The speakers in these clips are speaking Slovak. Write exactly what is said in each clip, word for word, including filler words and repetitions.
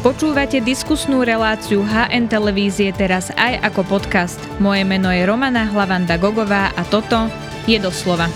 Počúvate diskusnú reláciu há en Televízie teraz aj ako podcast. Moje meno je Romana Hlavanda-Gogová a toto je Doslova.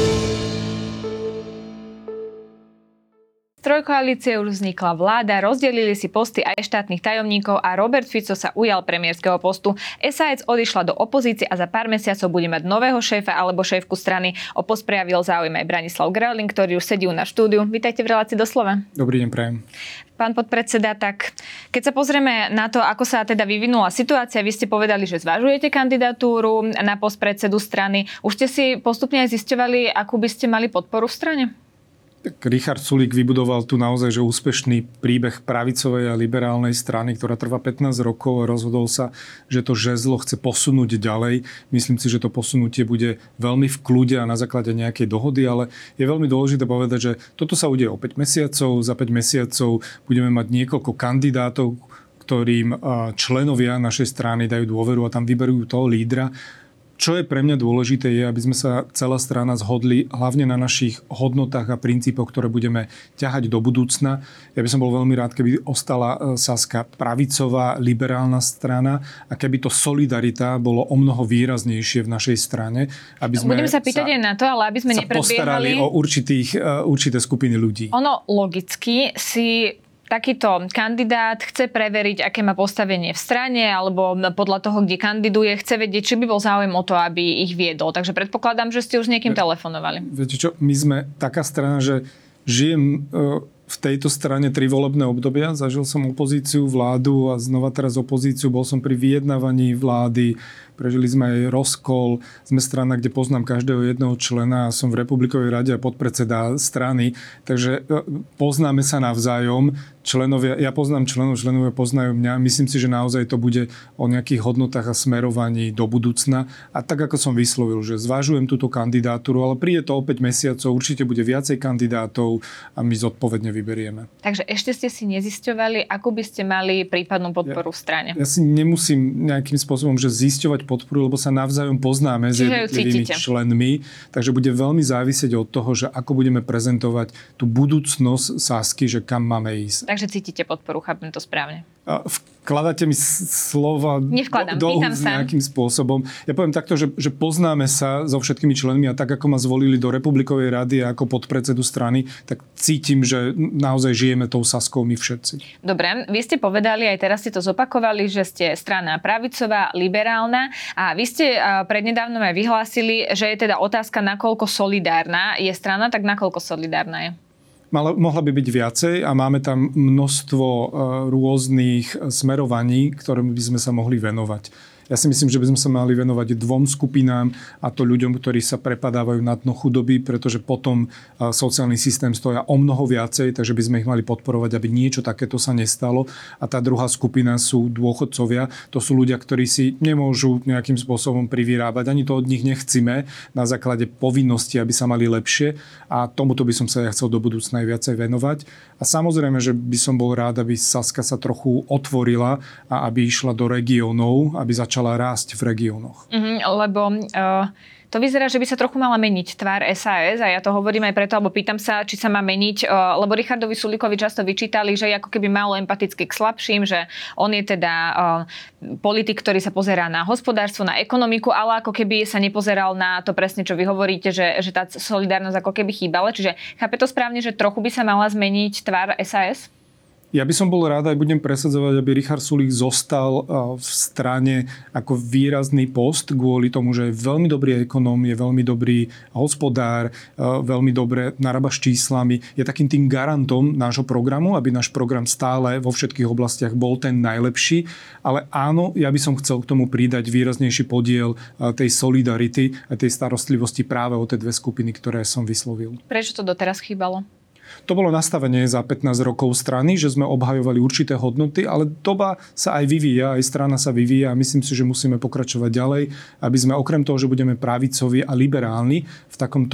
Trojkoalície už vznikla vláda, rozdelili si posty aj štátnych tajomníkov a Robert Fico sa ujal premiérskeho postu. es a es odišla do opozície a za pár mesiacov bude mať nového šéfa alebo šéfku strany. O post prejavil záujem aj Branislav Gröling, ktorý už sedí u nás v štúdiu. Vítajte v relácii Doslova. Dobrý deň, prajem. Pán podpredseda, tak keď sa pozrieme na to, ako sa teda vyvinula situácia, vy ste povedali, že zvažujete kandidatúru na post predsedu strany. Už ste si postupne aj zisťovali, akú by ste mali podporu v strane? Tak Richard Sulík vybudoval tu naozaj že úspešný príbeh pravicovej a liberálnej strany, ktorá trvá pätnásť rokov a rozhodol sa, že to žezlo chce posunúť ďalej. Myslím si, že to posunutie bude veľmi v kľude a na základe nejakej dohody, ale je veľmi dôležité povedať, že toto sa udeje o päť mesiacov. Za päť mesiacov budeme mať niekoľko kandidátov, ktorým členovia našej strany dajú dôveru a tam vyberú toho lídra. Čo je pre mňa dôležité je, aby sme sa celá strana zhodli hlavne na našich hodnotách a princípoch, ktoré budeme ťahať do budúcna. Ja by som bol veľmi rád, keby ostala Saska pravicová, liberálna strana a keby to solidarita bolo o mnoho výraznejšie v našej strane. Aby sme Budem sa pýtať sa, aj na to, ale aby sme nepredbiehali. Postarali o určitých, určité skupiny ľudí. Ono logicky si takýto kandidát chce preveriť, aké má postavenie v strane, alebo podľa toho, kde kandiduje, chce vedieť, či by bol záujem o to, aby ich viedol. Takže predpokladám, že ste už s niekým Ve, telefonovali. Viete čo, my sme taká strana, že žijem v tejto strane tri volebné obdobia. Zažil som opozíciu, vládu a znova teraz opozíciu. Bol som pri vyjednávaní vlády. Prežili sme aj rozkol. Sme strana, kde poznám každého jedného člena a som v Republikovej rade a podpredseda strany. Takže poznáme sa navzájom. Členovia, ja poznám členov, členovia poznajú mňa. Myslím si, že naozaj to bude o nejakých hodnotách a smerovaní do budúcna. A tak, ako som vyslovil, že zvažujem túto kandidatúru, ale príde to o päť mesiacov, určite bude viacej kandidátov a my zodpovedne vyberieme. Takže ešte ste si nezisťovali, ako by ste mali prípadnú podporu ja, v strane? Ja si nemusím nejakým spôsobom, že zisťovať podporu, lebo sa navzájom poznáme s jednotlivými členmi. Takže bude veľmi závisieť od toho, že ako budeme prezentovať tú budúcnosť Sasky, že kam máme ísť. Takže cítite podporu, chápem to správne. Vkladáte mi slova Nevkladám, do pýtam sa. Nejakým spôsobom. Ja poviem takto, že, že poznáme sa so všetkými členmi a tak, ako ma zvolili do Republikovej rady a ako podpredsedu strany, tak cítim, že naozaj žijeme tou Saskou my všetci. Dobre, vy ste povedali, aj teraz ste to zopakovali, že ste strana pravicová, liberálna a vy ste prednedávnom aj vyhlásili, že je teda otázka, nakoľko solidárna je strana, tak nakoľko solidárna je? Mala, mohla by byť viacej a máme tam množstvo e, rôznych smerovaní, ktorým by sme sa mohli venovať. Ja si myslím, že by sme sa mali venovať dvom skupinám a to ľuďom, ktorí sa prepadávajú na dno chudoby, pretože potom sociálny systém stoja o mnoho viacej, takže by sme ich mali podporovať, aby niečo takéto sa nestalo. A tá druhá skupina sú dôchodcovia. To sú ľudia, ktorí si nemôžu nejakým spôsobom privyrábať. Ani to od nich nechcíme na základe povinnosti, aby sa mali lepšie. A tomuto by som sa ja chcel do budúcna aj viacej venovať. A samozrejme, že by som bol rád, aby Saska sa trochu otvorila a aby išla do regiónov, aby začala rásť v regiónoch. Mm, lebo uh, to vyzerá, že by sa trochu mala meniť tvár es a es a ja to hovorím aj preto, alebo pýtam sa, či sa má meniť, uh, lebo Richardovi Sulíkovi často vyčítali, že je ako keby málo empatický k slabším, že on je teda uh, politik, ktorý sa pozerá na hospodárstvo, na ekonomiku, ale ako keby sa nepozeral na to presne, čo vy hovoríte, že, že tá solidárnosť ako keby chýbala. Čiže chápe to správne, že trochu by sa mala zmeniť tvár es a es? Ja by som bol rád, aj budem presadzovať, aby Richard Sulík zostal v strane ako výrazný post kvôli tomu, že je veľmi dobrý ekonóm, je veľmi dobrý hospodár, veľmi dobre narába s číslami. Je takým tým garantom nášho programu, aby náš program stále vo všetkých oblastiach bol ten najlepší. Ale áno, ja by som chcel k tomu pridať výraznejší podiel tej solidarity a tej starostlivosti práve o tie dve skupiny, ktoré som vyslovil. Prečo to doteraz chýbalo? To bolo nastavenie za pätnásť rokov strany, že sme obhajovali určité hodnoty, ale doba sa aj vyvíja, aj strana sa vyvíja a myslím si, že musíme pokračovať ďalej, aby sme okrem toho, že budeme pravicoví a liberálni v takom tom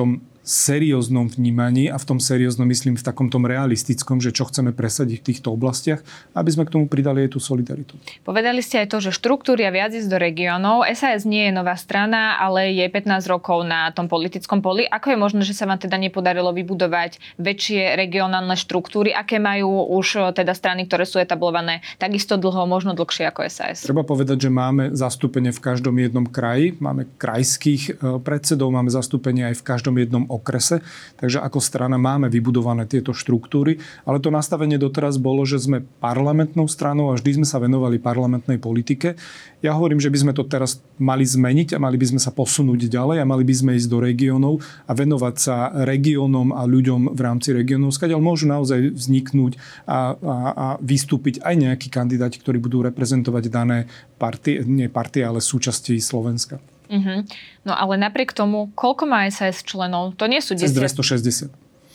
serióznom vnímaní a v tom serióznom myslím v takom tom realistickom, že čo chceme presadiť v týchto oblastiach, aby sme k tomu pridali aj tú solidaritu. Povedali ste aj to, že štruktúria viac ísť do regiónov. es a es nie je nová strana, ale je pätnásť rokov na tom politickom poli. Ako je možné, že sa vám teda nepodarilo vybudovať väčšie regionálne štruktúry? Aké majú už teda strany, ktoré sú etablované takisto dlho, možno dlhšie ako es a es? Treba povedať, že máme zastúpenie v každom jednom kraji. Máme krajských predsedov, máme zastúpenie aj v každom jednom okrese. Takže ako strana máme vybudované tieto štruktúry, ale to nastavenie doteraz bolo, že sme parlamentnou stranou a vždy sme sa venovali parlamentnej politike. Ja hovorím, že by sme to teraz mali zmeniť a mali by sme sa posunúť ďalej a mali by sme ísť do regiónov a venovať sa regiónom a ľuďom v rámci regiónov, skadiaľ môžu naozaj vzniknúť a, a, a vystúpiť aj nejakí kandidáti, ktorí budú reprezentovať dané partie, nie partie, ale súčasti Slovenska. Uh-huh. No ale napriek tomu, koľko má es a es členov? To nie sú Cez desať. dvestošesťdesiat.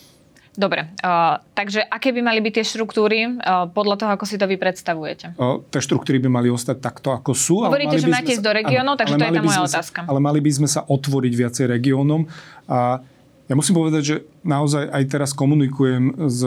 Dobre, uh, takže aké by mali byť tie štruktúry uh, podľa toho, ako si to vy predstavujete? Uh, tie štruktúry by mali ostať takto, ako sú. Hovoríte, že máte ísť do regiónov, takže to je tá moja otázka. Sa, ale mali by sme sa otvoriť viacej regiónom. A ja musím povedať, že naozaj aj teraz komunikujem s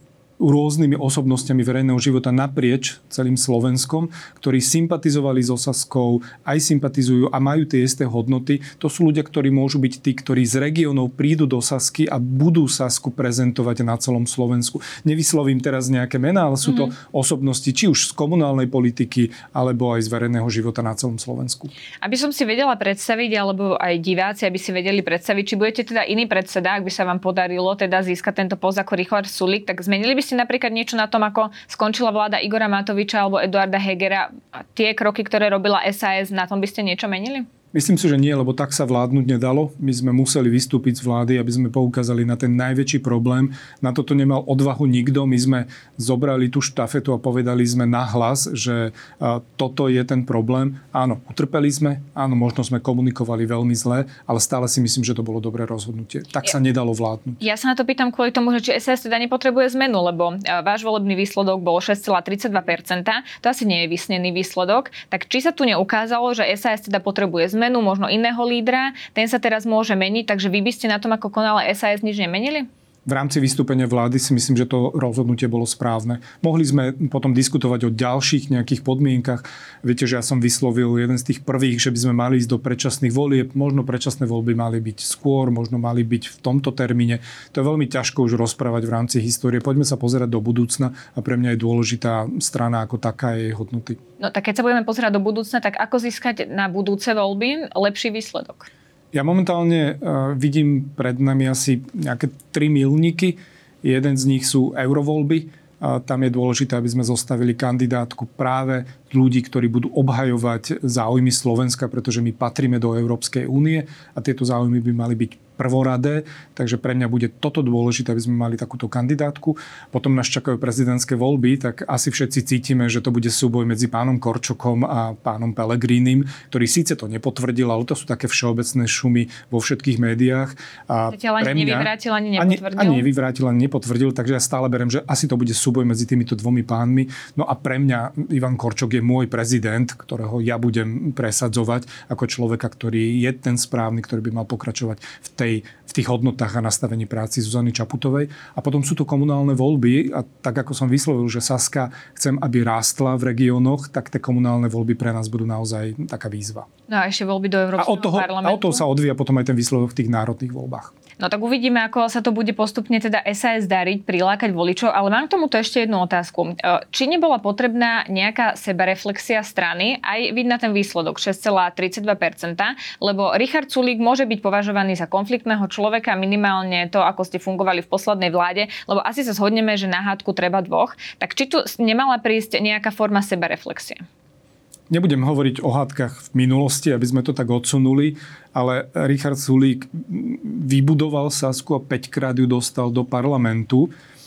rôznymi osobnostiami verejného života naprieč celým Slovenskom, ktorí sympatizovali so Saskou, aj sympatizujú a majú tie isté hodnoty. To sú ľudia, ktorí môžu byť tí, ktorí z regiónov prídu do Sasky a budú Sasku prezentovať na celom Slovensku. Nevyslovím teraz nejaké mená, ale sú to mm-hmm. osobnosti či už z komunálnej politiky, alebo aj z verejného života na celom Slovensku. Aby som si vedela predstaviť, alebo aj diváci, aby si vedeli predstaviť, či budete teda iný predseda, ak by sa vám podarilo teda získať tento post ako Richard Sulík, tak zmenili by ste napríklad niečo na tom, ako skončila vláda Igora Matoviča alebo Eduarda Hegera? Tie kroky, ktoré robila es a es, na tom by ste niečo menili? Myslím si, že nie, lebo tak sa vládnuť nedalo. My sme museli vystúpiť z vlády, aby sme poukázali na ten najväčší problém. Na toto nemal odvahu nikto. My sme zobrali tú štafetu a povedali sme nahlas, že toto je ten problém. Áno, utrpeli sme, áno, možno sme komunikovali veľmi zle, ale stále si myslím, že to bolo dobré rozhodnutie. Tak sa nedalo vládnuť. Ja sa na to pýtam kvôli tomu, že či es a es teda nepotrebuje zmenu, lebo váš volebný výsledok bol šesť celá tridsaťdva percenta. To asi nie je vysnený výsledok. Tak či sa tu neukázalo, že es a es teda potrebuje zmenu? Menu, možno iného lídra, ten sa teraz môže meniť, takže vy by ste na tom, ako konala es a es, nič nemenili? V rámci vystúpenia vlády si myslím, že to rozhodnutie bolo správne. Mohli sme potom diskutovať o ďalších nejakých podmienkach. Viete, že ja som vyslovil jeden z tých prvých, že by sme mali ísť do predčasných volieb. Možno predčasné voľby mali byť skôr, možno mali byť v tomto termíne. To je veľmi ťažko už rozprávať v rámci histórie. Poďme sa pozerať do budúcna a pre mňa je dôležitá strana ako taká jej hodnoty. No tak keď sa budeme pozerať do budúcna, tak ako získať na budúce voľby lepší výsledok? Ja momentálne uh, vidím pred nami asi nejaké tri milníky. Jeden z nich sú eurovoľby. Uh, tam je dôležité, aby sme zostavili kandidátku práve ľudí, ktorí budú obhajovať záujmy Slovenska, pretože my patríme do Európskej únie a tieto záujmy by mali byť prvoradé, takže pre mňa bude toto dôležité, aby sme mali takúto kandidátku. Potom nás čakajú prezidentské voľby, tak asi všetci cítime, že to bude súboj medzi pánom Korčokom a pánom Pellegrinim, ktorý síce to nepotvrdil, ale to sú také všeobecné šumy vo všetkých médiách. A Zatiaľ ani nevyvrátil, ani nepotvrdil. Ani nevyvrátil, ani nepotvrdil, takže ja stále beriem, že asi to bude súboj medzi týmito dvomi pánmi. No a pre mňa Ivan Korčok je môj prezident, ktorého ja budem presadzovať ako človeka, ktorý je ten správny, ktorý by mal pokračovať v tej Tej, v tých hodnotách a nastavení práci Zuzany Čaputovej. A potom sú to komunálne voľby a tak, ako som vyslovil, že Saska chcem, aby rástla v regiónoch, tak tie komunálne voľby pre nás budú naozaj taká výzva. No a ešte voľby do Európskeho a od toho, parlamentu. A od toho sa odvíja potom aj ten výsledok v tých národných voľbách. No tak uvidíme, ako sa to bude postupne teda es a es dariť, prilákať voličov, ale mám k tomuto ešte jednu otázku. Či nebola potrebná nejaká sebareflexia strany aj vidieť na ten výsledok šesť celá tridsaťdva percenta, lebo Richard Sulík môže byť považovaný za konfliktného človeka, minimálne to, ako ste fungovali v poslednej vláde, lebo asi sa zhodneme, že na hádku treba dvoch. Tak či tu nemala prísť nejaká forma sebareflexie? Nebudem hovoriť o hádkach v minulosti, aby sme to tak odsunuli, ale Richard Sulík vybudoval Sasku a päťkrát ju dostal do parlamentu.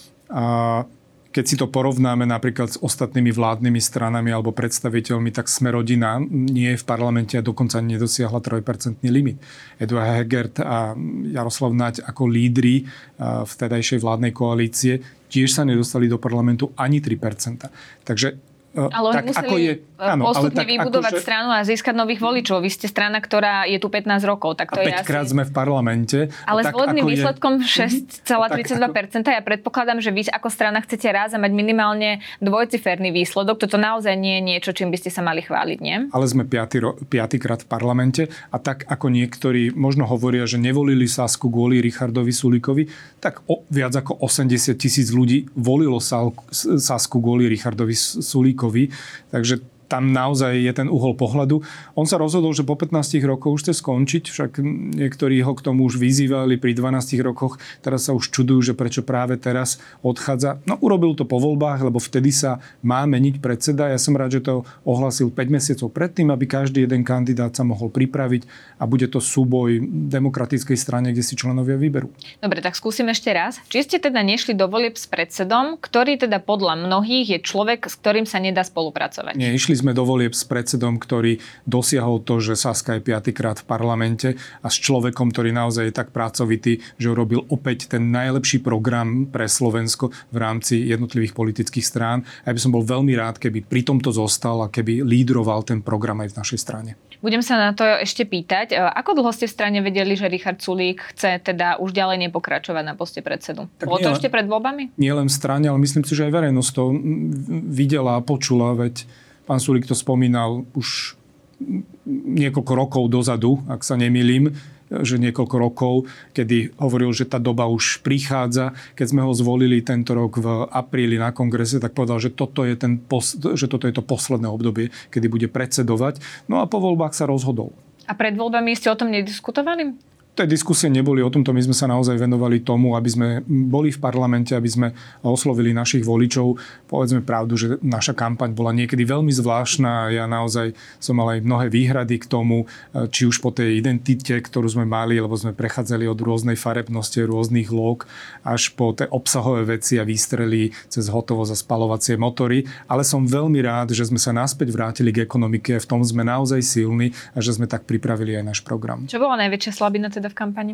A keď si to porovnáme napríklad s ostatnými vládnymi stranami alebo predstaviteľmi, tak Smer-rodina nie je v parlamente a dokonca nedosiahla trojpercentný limit. Eduard Hegert a Jaroslav Naď ako lídri vtedajšej vládnej koalície tiež sa nedostali do parlamentu ani tri percentá. Takže Ale oni tak, museli ako je, áno, postupne ale tak, vybudovať akože, stranu a získať nových voličov. Vy ste strana, ktorá je tu pätnásť rokov. Tak to a je päť krát asi... sme v parlamente. Ale s volebným je... výsledkom šesť celá tridsaťdva percenta. Ja predpokladám, že vy ako strana chcete raz a mať minimálne dvojciferný výsledok. Toto naozaj nie je niečo, čím by ste sa mali chváliť, nie? Ale sme piaty, ro... piatýkrát v parlamente a tak ako niektorí možno hovoria, že nevolili Sasku kvôli Richardovi Sulíkovi, tak o, viac ako osemdesiat tisíc ľudí volilo Sasku kvôli Richardovi Sulíkovi. Takže tam naozaj je ten uhol pohľadu. On sa rozhodol, že po pätnástich rokoch už chce skončiť, však niektorí ho k tomu už vyzývali pri dvanástich rokoch, teraz sa už čudujú, že prečo práve teraz odchádza. No urobil to po voľbách, lebo vtedy sa má meniť predseda. Ja som rád, že to ohlasil päť mesiacov predtým, aby každý jeden kandidát sa mohol pripraviť a bude to súboj demokratickej strane, kde si členovia vyberú. Dobre, tak skúsim ešte raz. Či ste teda nešli do volieb s predsedom, ktorý teda podľa mnohých je človek, s ktorým sa nedá spolupracovať? Nie, išli sme do volieb s predsedom, ktorý dosiahol to, že Saska je piatýkrát v parlamente a s človekom, ktorý naozaj je tak pracovitý, že urobil opäť ten najlepší program pre Slovensko v rámci jednotlivých politických strán. A ja by som bol veľmi rád, keby pri tomto zostal a keby lídroval ten program aj v našej strane. Budem sa na to ešte pýtať. Ako dlho ste v strane vedeli, že Richard Sulík chce teda už ďalej nepokračovať na poste predsedu? Tak Bolo to len, ešte pred voľbami? Nie len v strane, ale myslím si, že aj verejnosť to videla a počula, veď pán Sulík to spomínal už niekoľko rokov dozadu, ak sa nemýlim, že niekoľko rokov, kedy hovoril, že tá doba už prichádza. Keď sme ho zvolili tento rok v apríli na kongrese, tak povedal, že toto je, ten pos- že toto je to posledné obdobie, kedy bude predsedovať. No a po voľbách sa rozhodol. A pred voľbami ste o tom nediskutovali? Tie diskusie neboli o tomto, my sme sa naozaj venovali tomu, aby sme boli v parlamente, aby sme oslovili našich voličov. Povedzme pravdu, že naša kampaň bola niekedy veľmi zvláštna. Ja naozaj som mal aj mnohé výhrady k tomu, či už po tej identite, ktorú sme mali, lebo sme prechádzali od rôznej farebnosti, rôznych lóg, až po tie obsahové veci a výstrely cez hotovosť a spalovacie motory. Ale som veľmi rád, že sme sa naspäť vrátili k ekonomike, v tom sme naozaj silní a že sme tak pripravili aj náš program. Čo bola najväčšia slabina teda v kampani?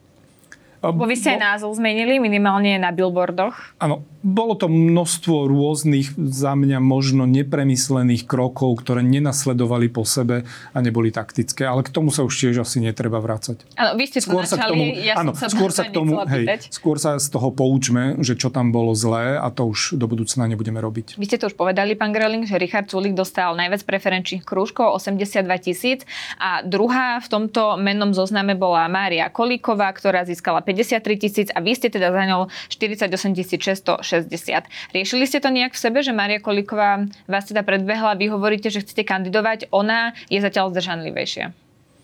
Bo vy ste aj názov zmenili, minimálne na billboardoch. Áno, bolo to množstvo rôznych, za mňa možno nepremyslených krokov, ktoré nenasledovali po sebe a neboli taktické, ale k tomu sa už tiež asi netreba vrácať. Áno, vy ste to skôr načali, sa k tomu, ja áno, som sa skôr sa k tomu, hej, skôr sa z toho poučme, že čo tam bolo zlé a to už do budúcna nebudeme robiť. Vy ste to už povedali, pán Gröling, že Richard Sulík dostal najviac preferenčných krúžkov, osemdesiatdva tisíc, a druhá v tomto mennom zozname bola Mária Kolíková, ktorá získala päťdesiattri tisíc a vy ste teda za ňou štyridsaťosem tisíc šesťstošesťdesiat. Riešili ste to nejak v sebe, že Mária Kolíková vás teda predbehla, vy hovoríte, že chcete kandidovať, ona je zatiaľ zdržanlivejšia?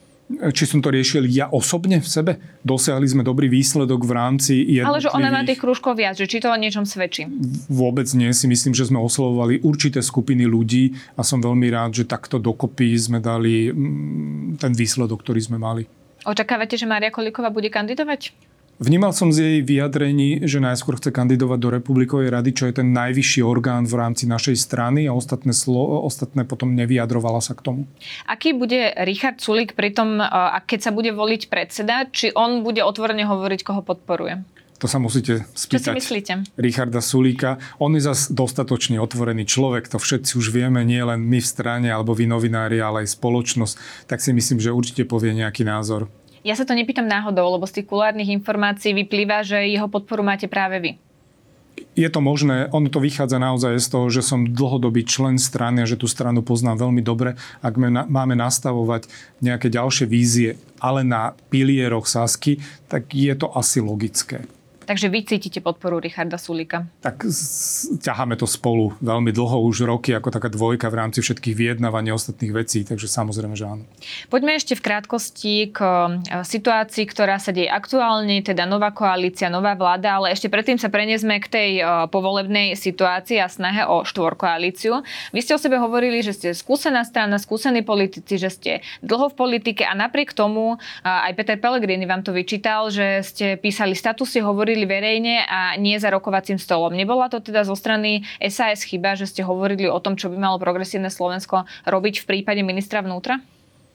Či som to riešil ja osobne v sebe? Dosiahli sme dobrý výsledok v rámci jednotlivých... Ale že ona má tých krúžkov viac, že či to o niečom svedčí? Vôbec nie. Si myslím, že sme oslovovali určité skupiny ľudí a som veľmi rád, že takto dokopy sme dali ten výsledok, ktorý sme mali. Očakávate, že Mária Kolíková bude kandidovať? Vnímal som z jej vyjadrení, že najskôr chce kandidovať do Republikovej rady, čo je ten najvyšší orgán v rámci našej strany a ostatné, slo, ostatné potom nevyjadrovala sa k tomu. Aký bude Richard Sulík pri tom, keď sa bude voliť predseda, či on bude otvorene hovoriť, koho podporuje? To sa musíte spýtať. Čo si myslíte? Richarda Sulíka. On je zase dostatočne otvorený človek, to všetci už vieme, nie len my v strane alebo vy novinári, ale aj spoločnosť. Tak si myslím, že určite povie nejaký názor. Ja sa to nepýtam náhodou, lebo z tých kulárnych informácií vyplýva, že jeho podporu máte práve vy. Je to možné, ono to vychádza naozaj z toho, že som dlhodobý člen strany a že tú stranu poznám veľmi dobre. Ak máme nastavovať nejaké ďalšie vízie, ale na pilieroch Sasky, tak je to asi logické. Takže vy cítite podporu Richarda Sulíka? Tak ťaháme to spolu veľmi dlho, už roky, ako taká dvojka v rámci všetkých vyjednávaní ostatných vecí, takže samozrejme, že áno. Poďme ešte v krátkosti k situácii, ktorá sa deje aktuálne, teda nová koalícia, nová vláda, ale ešte predtým sa preniesme k tej povolebnej situácii a snahe o štvorkoalíciu. Vy ste o sebe hovorili, že ste skúsená strana, skúsení politici, že ste dlho v politike a napriek tomu aj Peter Pellegrini vám to vyčítal, že ste písali statusy, hovorili verejne a nie za rokovacím stolom. Nebola to teda zo strany es a es chyba, že ste hovorili o tom, čo by malo progresívne Slovensko robiť v prípade ministra vnútra?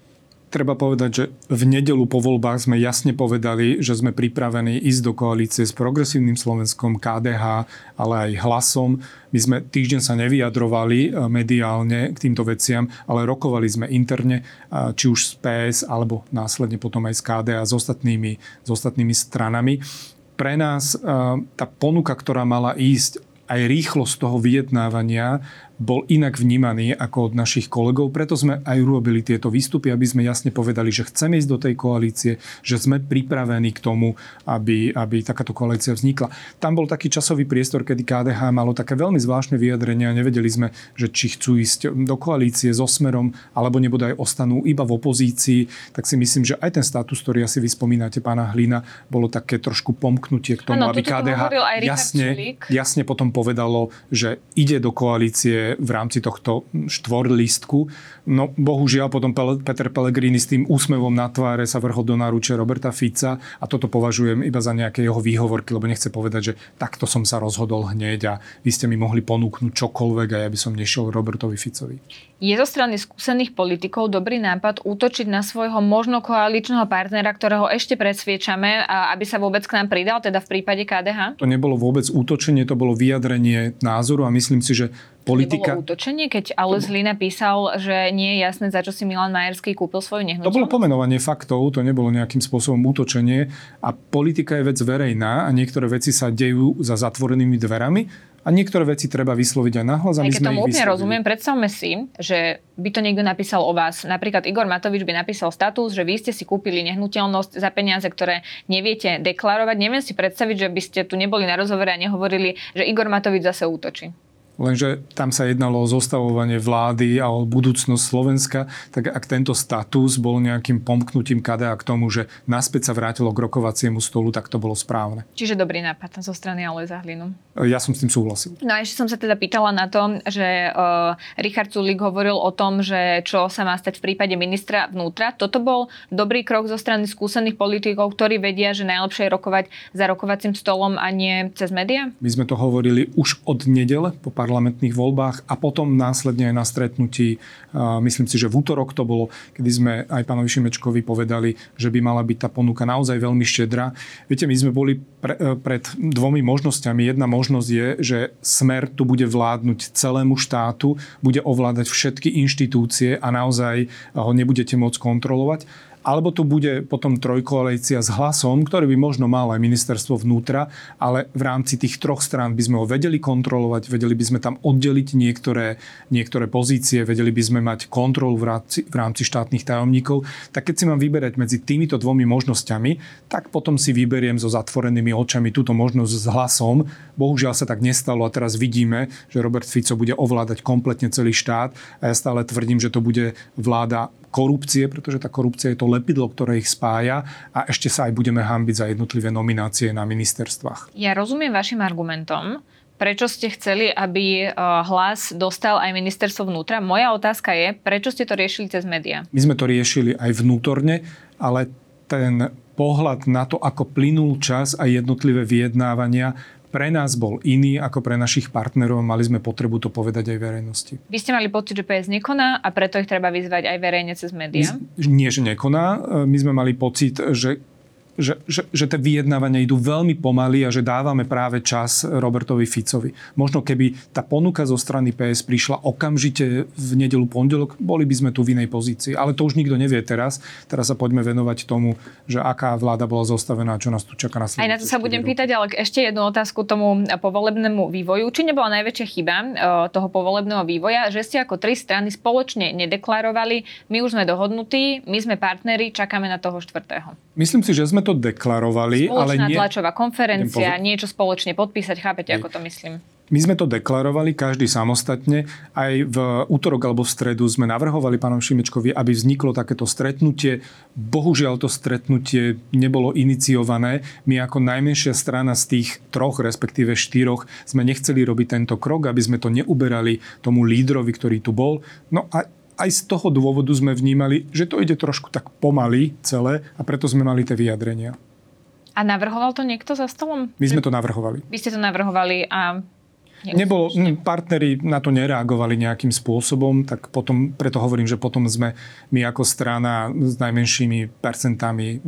Treba povedať, že v nedeľu po voľbách sme jasne povedali, že sme pripravení ísť do koalície s Progresívnym Slovenskom, ká dé há, ale aj Hlasom. My sme týždeň sa nevyjadrovali mediálne k týmto veciam, ale rokovali sme interne, či už z pé es, alebo následne potom aj z ká dé há s ostatnými, s ostatnými stranami. Pre nás tá ponuka, ktorá mala ísť, aj rýchlosť toho vyjednávania bol inak vnímaný ako od našich kolegov. Preto sme aj urobili tieto výstupy, aby sme jasne povedali, že chceme ísť do tej koalície, že sme pripravení k tomu, aby, aby takáto koalícia vznikla. Tam bol taký časový priestor, kedy ká dé há malo také veľmi zvláštne vyjadrenia. Nevedeli sme, že či chcú ísť do koalície so Smerom, alebo nebodaj ostanú iba v opozícii. Tak si myslím, že aj ten status, ktorý asi vy spomínate, pána Hlína, bolo také trošku pomknutie k tomu, ano, aby ká dé há jasne, jasne potom povedalo, že ide do koalície v rámci tohto štvorlístku. No bohužiaľ potom Peter Pellegrini s tým úsmevom na tváre sa vrhol do náruče Roberta Fica a toto považujem iba za nejaké jeho výhovorky, lebo nechce povedať, že takto som sa rozhodol hneď a vy ste mi mohli ponúknuť čokoľvek a ja by som nešiel Robertovi Ficovi. Je zo strany skúsených politikov dobrý nápad útočiť na svojho možno koaličného partnera, ktorého ešte presviečame, aby sa vôbec k nám pridal, teda v prípade ká dé há? To nebolo vôbec útočenie, to bolo vyjadrenie názoru a myslím si, že politika... To nebolo útočenie, keď Alois Hlina písal, že nie je jasné, za čo si Milan Majerský kúpil svoju nehnuteľnosť? To bolo pomenovanie faktov, to nebolo nejakým spôsobom útočenie a politika je vec verejná a niektoré veci sa dejú za zatvorenými dverami. A niektoré veci treba vysloviť aj nahlas a my sme ich vyslovili. Keď tomu úplne rozumiem, predstavme si, že by to niekto napísal o vás. Napríklad Igor Matovič by napísal status, že vy ste si kúpili nehnuteľnosť za peniaze, ktoré neviete deklarovať. Neviem si predstaviť, že by ste tu neboli na rozhovore a nehovorili, že Igor Matovič zase útočí. Lenže tam sa jednalo o zostavovanie vlády a o budúcnosť Slovenska, tak ak tento status bol nejakým pomknutím ká dé há k tomu, že naspäť sa vrátilo k rokovaciemu stolu, tak to bolo správne. Čiže dobrý nápad zo strany Alojza Hlinu. Ja som s tým súhlasil. No a ešte som sa teda pýtala na to, že uh, Richard Sulík hovoril o tom, že čo sa má stať v prípade ministra vnútra. Toto bol dobrý krok zo strany skúsených politikov, ktorí vedia, že najlepšie je rokovať za rokovacím stolom a nie cez médiá? My sme to hovorili už od nedele po parlamentných voľbách a potom následne aj na stretnutí, myslím si, že v útorok to bolo, kedy sme aj pánovi Šimečkovi povedali, že by mala byť tá ponuka naozaj veľmi štedrá. Viete, my sme boli pre, pred dvomi možnosťami. Jedna možnosť je, že Smer tu bude vládnuť celému štátu, bude ovládať všetky inštitúcie a naozaj ho nebudete môcť kontrolovať. Alebo tu bude potom trojkoalícia s Hlasom, ktorý by možno mal aj ministerstvo vnútra, ale v rámci tých troch strán by sme ho vedeli kontrolovať, vedeli by sme tam oddeliť niektoré, niektoré pozície, vedeli by sme mať kontrolu v rámci, v rámci štátnych tajomníkov. Tak keď si mám vyberať medzi týmito dvomi možnosťami, tak potom si vyberiem so zatvorenými očami túto možnosť s Hlasom. Bohužiaľ sa tak nestalo a teraz vidíme, že Robert Fico bude ovládať kompletne celý štát a ja stále tvrdím, že to bude vláda korupcie, pretože tá korupcia je to lepidlo, ktoré ich spája a ešte sa aj budeme hanbiť za jednotlivé nominácie na ministerstvách. Ja rozumiem vašim argumentom. Prečo ste chceli, aby Hlas dostal aj ministerstvo vnútra? Moja otázka je, prečo ste to riešili cez médiá? My sme to riešili aj vnútorne, ale ten pohľad na to, ako plynul čas a jednotlivé vyjednávania, pre nás bol iný ako pre našich partnerov. Mali sme potrebu to povedať aj verejnosti. Vy ste mali pocit, že pé es nekoná a preto ich treba vyzvať aj verejne cez médiá? Nie, že nekoná. My sme mali pocit, že Že, že, že tie vyjednávania idú veľmi pomaly a že dávame práve čas Robertovi Ficovi. Možno keby tá ponuka zo strany pé es prišla okamžite v nedeľu, pondelok, boli by sme tu v inej pozícii. Ale to už nikto nevie teraz. Teraz sa poďme venovať tomu, že aká vláda bola zostavená a čo nás tu čaká na Aj na to sa budem rok. pýtať, ale ešte jednu otázku tomu povolebnému vývoju. Či nebola najväčšia chyba toho povolebného vývoja, že ste ako tri strany spoločne nedeklarovali, my už sme dohodnutí, my sme partneri, čakáme na toho štvrtého. Myslím si, že sme to deklarovali, Spoločná ale nie... tlačová konferencia, niečo spoločne podpísať, chápete, ako to myslím? My sme to deklarovali, každý samostatne. Aj v útorok alebo v stredu sme navrhovali pánom Šimečkovi, aby vzniklo takéto stretnutie. Bohužiaľ to stretnutie nebolo iniciované. My ako najmenšia strana z tých troch, respektíve štyroch, sme nechceli robiť tento krok, aby sme to neuberali tomu lídrovi, ktorý tu bol. No a aj z toho dôvodu sme vnímali, že to ide trošku tak pomaly celé a preto sme mali tie vyjadrenia. A navrhoval to niekto za stolom? My sme to navrhovali. Vy ste to navrhovali a Nebolo, partneri na to nereagovali nejakým spôsobom, tak potom, preto hovorím, že potom sme my ako strana s najmenšími percentami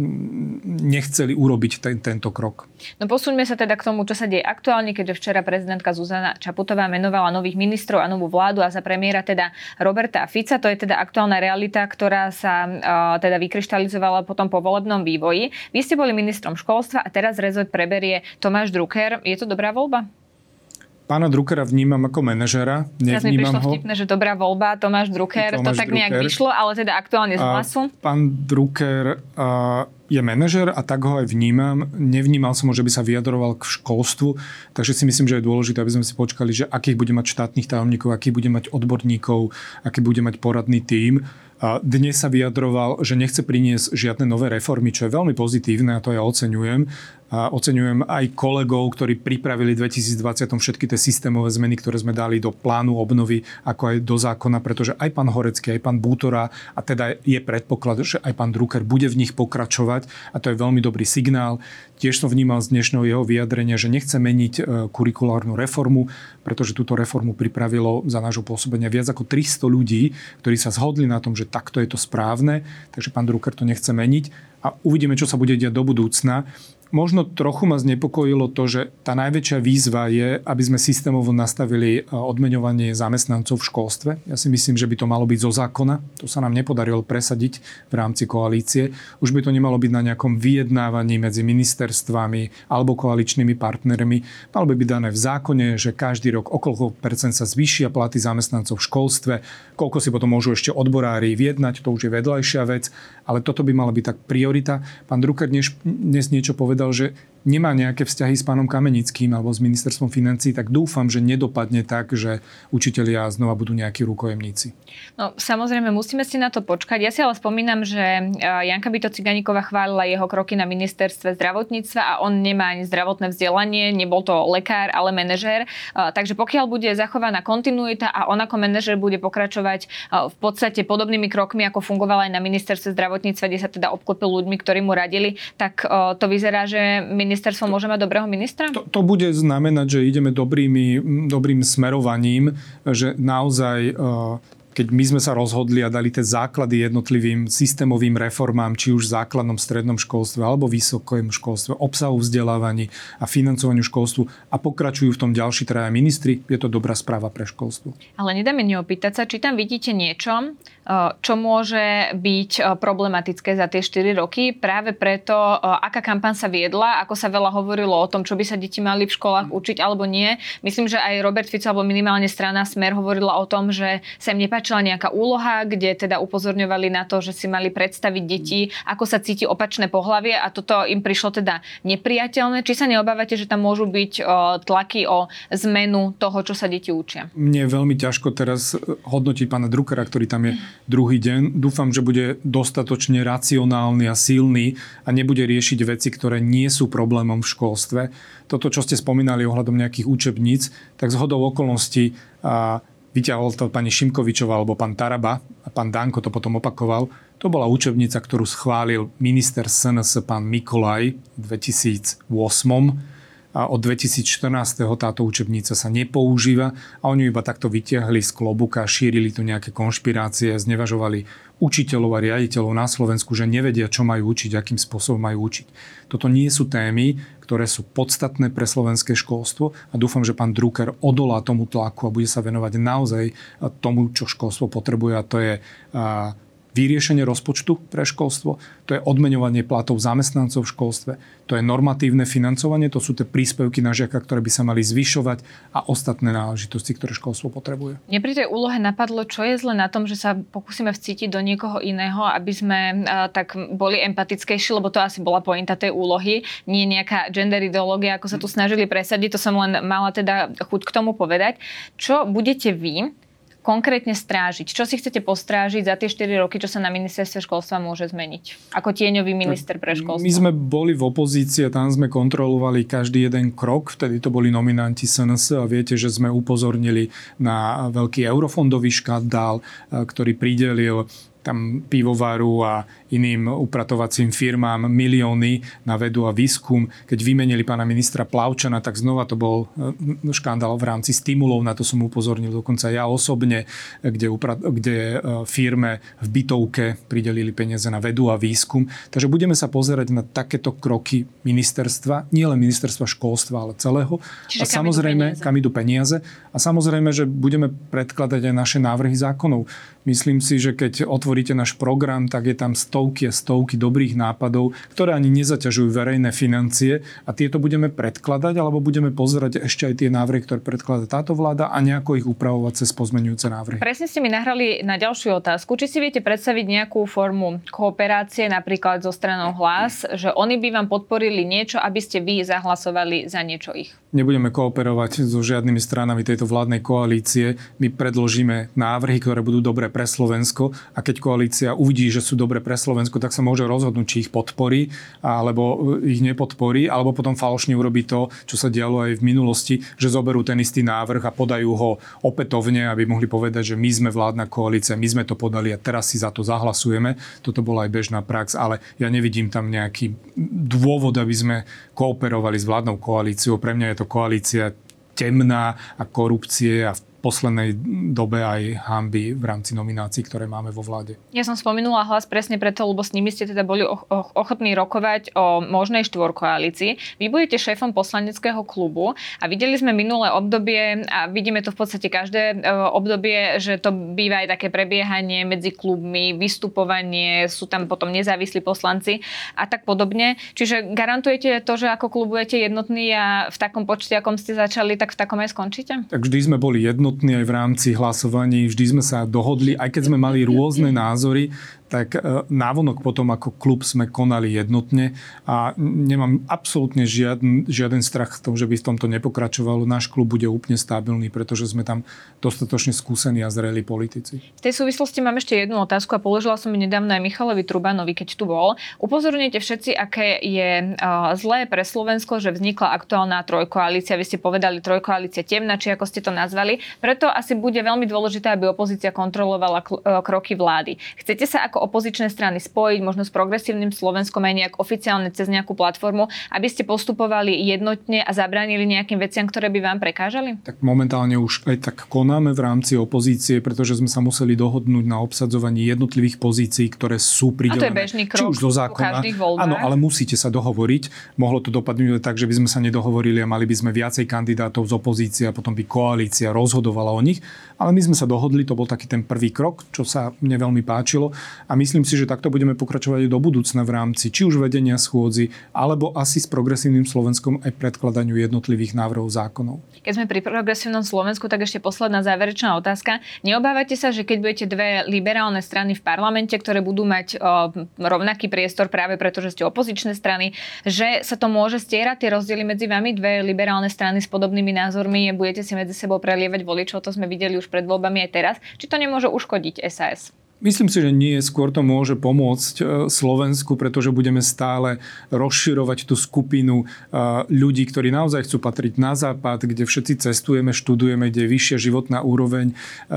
nechceli urobiť ten, tento krok. No posúňme sa teda k tomu, čo sa deje aktuálne, keďže včera prezidentka Zuzana Čaputová menovala nových ministrov a novú vládu a za premiéra teda Roberta Fica. To je teda aktuálna realita, ktorá sa uh, teda vykryštalizovala potom po volebnom vývoji. Vy ste boli ministrom školstva a teraz rezort preberie Tomáš Drucker. Je to dobrá voľba? Pána Druckera vnímam ako manažera. Teraz mi prišlo vtipné, že dobrá voľba, Tomáš Drucker, Tomáš to tak Drucker. Nejak vyšlo, ale teda aktuálne z Hlasu. Pán Drucker uh, je manažer a tak ho aj vnímam. Nevnímal som ho, že by sa vyjadroval k školstvu, takže si myslím, že je dôležité, aby sme si počkali, že akých bude mať štátnych tajomníkov, akých bude mať odborníkov, aký bude mať poradný tím. Dnes sa vyjadroval, že nechce priniesť žiadne nové reformy, čo je veľmi pozitívne a to ja oceňujem. A oceňujem aj kolegov, ktorí pripravili v dvetisícdvadsať všetky tie systémové zmeny, ktoré sme dali do plánu obnovy, ako aj do zákona, pretože aj pán Horecký, aj pán Bútora, a teda je predpoklad, že aj pán Drucker bude v nich pokračovať a to je veľmi dobrý signál. Tiež som vnímal z dnešného jeho vyjadrenia, že nechce meniť kurikulárnu reformu, pretože túto reformu pripravilo za nášho pôsobenia viac ako tristo ľudí, ktorí sa zhodli na tom, že takto je to správne, takže pán Drucker to nechce meniť a uvidíme, čo sa bude diať do budúcna. Možno trochu ma znepokojilo to, že tá najväčšia výzva je, aby sme systémovo nastavili odmeňovanie zamestnancov v školstve. Ja si myslím, že by to malo byť zo zákona. To sa nám nepodarilo presadiť v rámci koalície. Už by to nemalo byť na nejakom vyjednávaní medzi ministerstvami alebo koaličnými partnermi. Malo by byť dané v zákone, že každý rok o koľko percent sa zvýšia platy zamestnancov v školstve, koľko si potom môžu ešte odborári vyjednať, to už je vedľajšia vec, ale toto by mala byť tak priorita. Pán Drucker dnes, dnes niečo povedal, že nemá nejaké vzťahy s pánom Kamenickým alebo s ministerstvom financií, tak dúfam, že nedopadne tak, že učitelia znova budú nejakí rukojemníci. No samozrejme, musíme si na to počkať. Ja si ale spomínam, že Janka Byto Ciganíková chválila jeho kroky na ministerstve zdravotníctva a on nemá ani zdravotné vzdelanie, nebol to lekár, ale manažér. Takže pokiaľ bude zachovaná kontinuita a on ako manažér bude pokračovať v podstate podobnými krokmi, ako fungoval aj na ministerstve zdravotníctva, kde sa teda obklopil ľuďmi, ktorí mu radili, tak to vyzerá, že ministerstvo môže mať dobrého ministra? To, to bude znamenať, že ideme dobrými, dobrým smerovaním, že naozaj, keď my sme sa rozhodli a dali tie základy jednotlivým systémovým reformám, či už v základnom strednom školstve alebo vysokom školstve, obsahu vzdelávaní a financovaniu školstvu a pokračujú v tom ďalší traja ministri, je to dobrá správa pre školstvo. Ale nedá mi neopýtať sa, či tam vidíte niečo, čo môže byť problematické za tie štyri roky, práve preto, aká kampaň sa viedla, ako sa veľa hovorilo o tom, čo by sa deti mali v školách učiť alebo nie. Myslím, že aj Robert Fico alebo minimálne strana Smer hovorila o tom, že sa im nepáčila nejaká úloha, kde teda upozorňovali na to, že si mali predstaviť deti, ako sa cíti opačné pohlavie a toto im prišlo teda nepriateľné. Či sa neobávate, že tam môžu byť tlaky o zmenu toho, čo sa deti učia? Mne je veľmi ťažko teraz hodnotiť pána Druckera, ktorý tam je druhý deň. Dúfam, že bude dostatočne racionálny a silný a nebude riešiť veci, ktoré nie sú problémom v školstve. Toto, čo ste spomínali ohľadom nejakých učebníc, tak zhodou okolností a vyťahol to pani Šimkovičová alebo pán Taraba a pán Danko to potom opakoval. To bola učebnica, ktorú schválil minister es en es pán Mikolaj v dvetisícosem. A od dvetisícštrnásť táto učebnica sa nepoužíva a oni iba takto vytiahli z klobuka, šírili tu nejaké konšpirácie, znevažovali učiteľov a riaditeľov na Slovensku, že nevedia, čo majú učiť, akým spôsobom majú učiť. Toto nie sú témy, ktoré sú podstatné pre slovenské školstvo a dúfam, že pán Drucker odolá tomu tlaku a bude sa venovať naozaj tomu, čo školstvo potrebuje, a to je vyriešenie rozpočtu pre školstvo, to je odmeňovanie platov zamestnancov v školstve, to je normatívne financovanie, to sú tie príspevky na žiaka, ktoré by sa mali zvyšovať a ostatné náležitosti, ktoré školstvo potrebuje. Mne pri tej úlohe napadlo, čo je zle na tom, že sa pokúsime vcítiť do niekoho iného, aby sme uh, tak boli empatickejší, lebo to asi bola pointa tej úlohy, nie nejaká gender ideológia, ako sa tu snažili presadiť, to som len mala teda chuť k tomu povedať. Čo budete vy konkrétne strážiť? Čo si chcete postrážiť za tie štyri roky, čo sa na ministerstve školstva môže zmeniť? Ako tieňový minister pre školstvo. My sme boli v opozícii a tam sme kontrolovali každý jeden krok. Vtedy to boli nominanti es en es a viete, že sme upozornili na veľký eurofondový škandál, ktorý pridelil tam pivovaru a iným upratovacím firmám milióny na vedu a výskum. Keď vymenili pána ministra Plavčana, tak znova to bol škandál v rámci stimulov, na to som upozornil dokonca ja osobne, kde, upra- kde firme v bytovke pridelili peniaze na vedu a výskum. Takže budeme sa pozerať na takéto kroky ministerstva, nie len ministerstva školstva, ale celého. Čiže a samozrejme, peniaze. kam idú peniaze. A samozrejme, že budeme predkladať aj naše návrhy zákonov. Myslím si, že keď otvoríte náš program, tak je tam stovky a stovky dobrých nápadov, ktoré ani nezaťažujú verejné financie a tieto budeme predkladať, alebo budeme pozerať ešte aj tie návrhy, ktoré predkladá táto vláda a nejako ich upravovať cez pozmeňujúce návrhy. Presne ste mi nahrali na ďalšiu otázku. Či si viete predstaviť nejakú formu kooperácie, napríklad so stranou Hlas, že oni by vám podporili niečo, aby ste vy zahlasovali za niečo ich? Nebudeme kooperovať so žiadnymi stranami tejto vládnej koalície. My predložíme návrhy, ktoré budú dobré pre Slovensko a keď koalícia uvidí, že sú dobré pre Slovensko, tak sa môže rozhodnúť, či ich podporí alebo ich nepodporí, alebo potom falošne urobí to, čo sa dialo aj v minulosti, že zoberú ten istý návrh a podajú ho opätovne, aby mohli povedať, že my sme vládna koalícia, my sme to podali a teraz si za to zahlasujeme. Toto bola aj bežná prax, ale ja nevidím tam nejaký dôvod, aby sme kooperovali s vládnou koalíciou. Pre mňa je to koalícia temná a korupcie a v poslednej dobe aj hanby v rámci nominácií, ktoré máme vo vláde. Ja som spomenula Hlas presne preto, lebo s nimi ste teda boli ochotní rokovať o možnej štvorkoalícii. Vy budete šéfom poslaneckého klubu a videli sme minulé obdobie a vidíme to v podstate každé obdobie, že to býva aj také prebiehanie medzi klubmi, vystupovanie, sú tam potom nezávislí poslanci a tak podobne. Čiže garantujete to, že ako klub budete jednotní a v takom počte, akom ste začali, tak v takom aj skončíte? Tak vždy sme boli jednotní aj v rámci hlasovaní, vždy sme sa dohodli, aj keď sme mali rôzne názory, tak návonok potom ako klub sme konali jednotne a nemám absolútne žiaden, žiaden strach v tom, že by v tomto nepokračovalo. Náš klub bude úplne stabilný, pretože sme tam dostatočne skúsení a zrelí politici. V tej súvislosti mám ešte jednu otázku a položila som ju nedávno aj Michalovi Trubanovi, keď tu bol. Upozorňujete všetci, aké je uh, zlé pre Slovensko, že vznikla aktuálna trojkoalícia. Vy ste povedali trojkoalícia temná, či ako ste to nazvali. Preto asi bude veľmi dôležité, aby opozícia kontrolovala kl- uh, kroky vlády. Chcete sa ako opozičné strany spojiť, možno s Progresívnym Slovenskom aj nejak oficiálne cez nejakú platformu, aby ste postupovali jednotne a zabránili nejakým veciam, ktoré by vám prekážali? Tak momentálne už aj tak konáme v rámci opozície, pretože sme sa museli dohodnúť na obsadzovaní jednotlivých pozícií, ktoré sú pridelené. A to je bežný krok, či už zo zákona. Áno, ale musíte sa dohovoriť. Mohlo to dopadnúť tak, že by sme sa nedohovorili a mali by sme viacej kandidátov z opozície a potom by koalícia rozhodovala o nich. Ale my sme sa dohodli, to bol taký ten prvý krok, čo sa mne veľmi páčilo. A myslím si, že takto budeme pokračovať aj do budúcna v rámci či už vedenia schôdzi, alebo asi s Progresívnym Slovenskom aj predkladaniu jednotlivých návrhov zákonov. Keď sme pri Progresívnom Slovensku, tak ešte posledná záverečná otázka. Neobávate sa, že keď budete dve liberálne strany v parlamente, ktoré budú mať o, rovnaký priestor práve preto, že ste opozičné strany, že sa to môže stierať tie rozdiely medzi vami, dve liberálne strany s podobnými názormi, budete si medzi sebou prelievať voličov, to sme videli už pred voľbami aj teraz. Či to nemôže uškodiť es a es? Myslím si, že nie. Skôr to môže pomôcť Slovensku, pretože budeme stále rozširovať tú skupinu ľudí, ktorí naozaj chcú patriť na západ, kde všetci cestujeme, študujeme, kde je vyššia životná úroveň,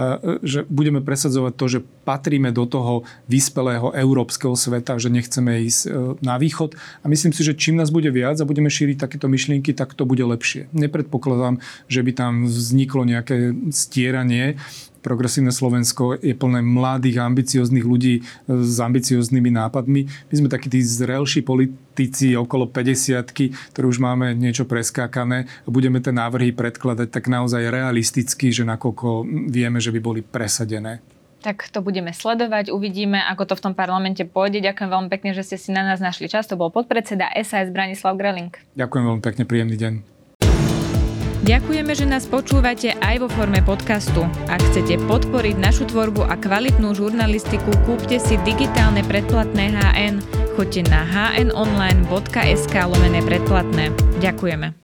že budeme presadzovať to, že patríme do toho vyspelého európskeho sveta, že nechceme ísť na východ. A myslím si, že čím nás bude viac a budeme šíriť takéto myšlienky, tak to bude lepšie. Nepredpokladám, že by tam vzniklo nejaké stieranie. Progresívne Slovensko je plné mladých, ambicióznych ľudí s ambicióznymi nápadmi. My sme takí tí zrelší politici okolo päťdesiatky, ktorí už máme niečo preskákané a budeme tie návrhy predkladať tak naozaj realisticky, že nakoľko vieme, že by boli presadené. Tak to budeme sledovať, uvidíme, ako to v tom parlamente pôjde. Ďakujem veľmi pekne, že ste si na nás našli čas. To bol podpredseda es a es Branislav Greling. Ďakujem veľmi pekne, príjemný deň. Ďakujeme, že nás počúvate aj vo forme podcastu. Ak chcete podporiť našu tvorbu a kvalitnú žurnalistiku, kúpte si digitálne predplatné há en. Choďte na hnonline bodka es ká lomeno predplatné. Ďakujeme.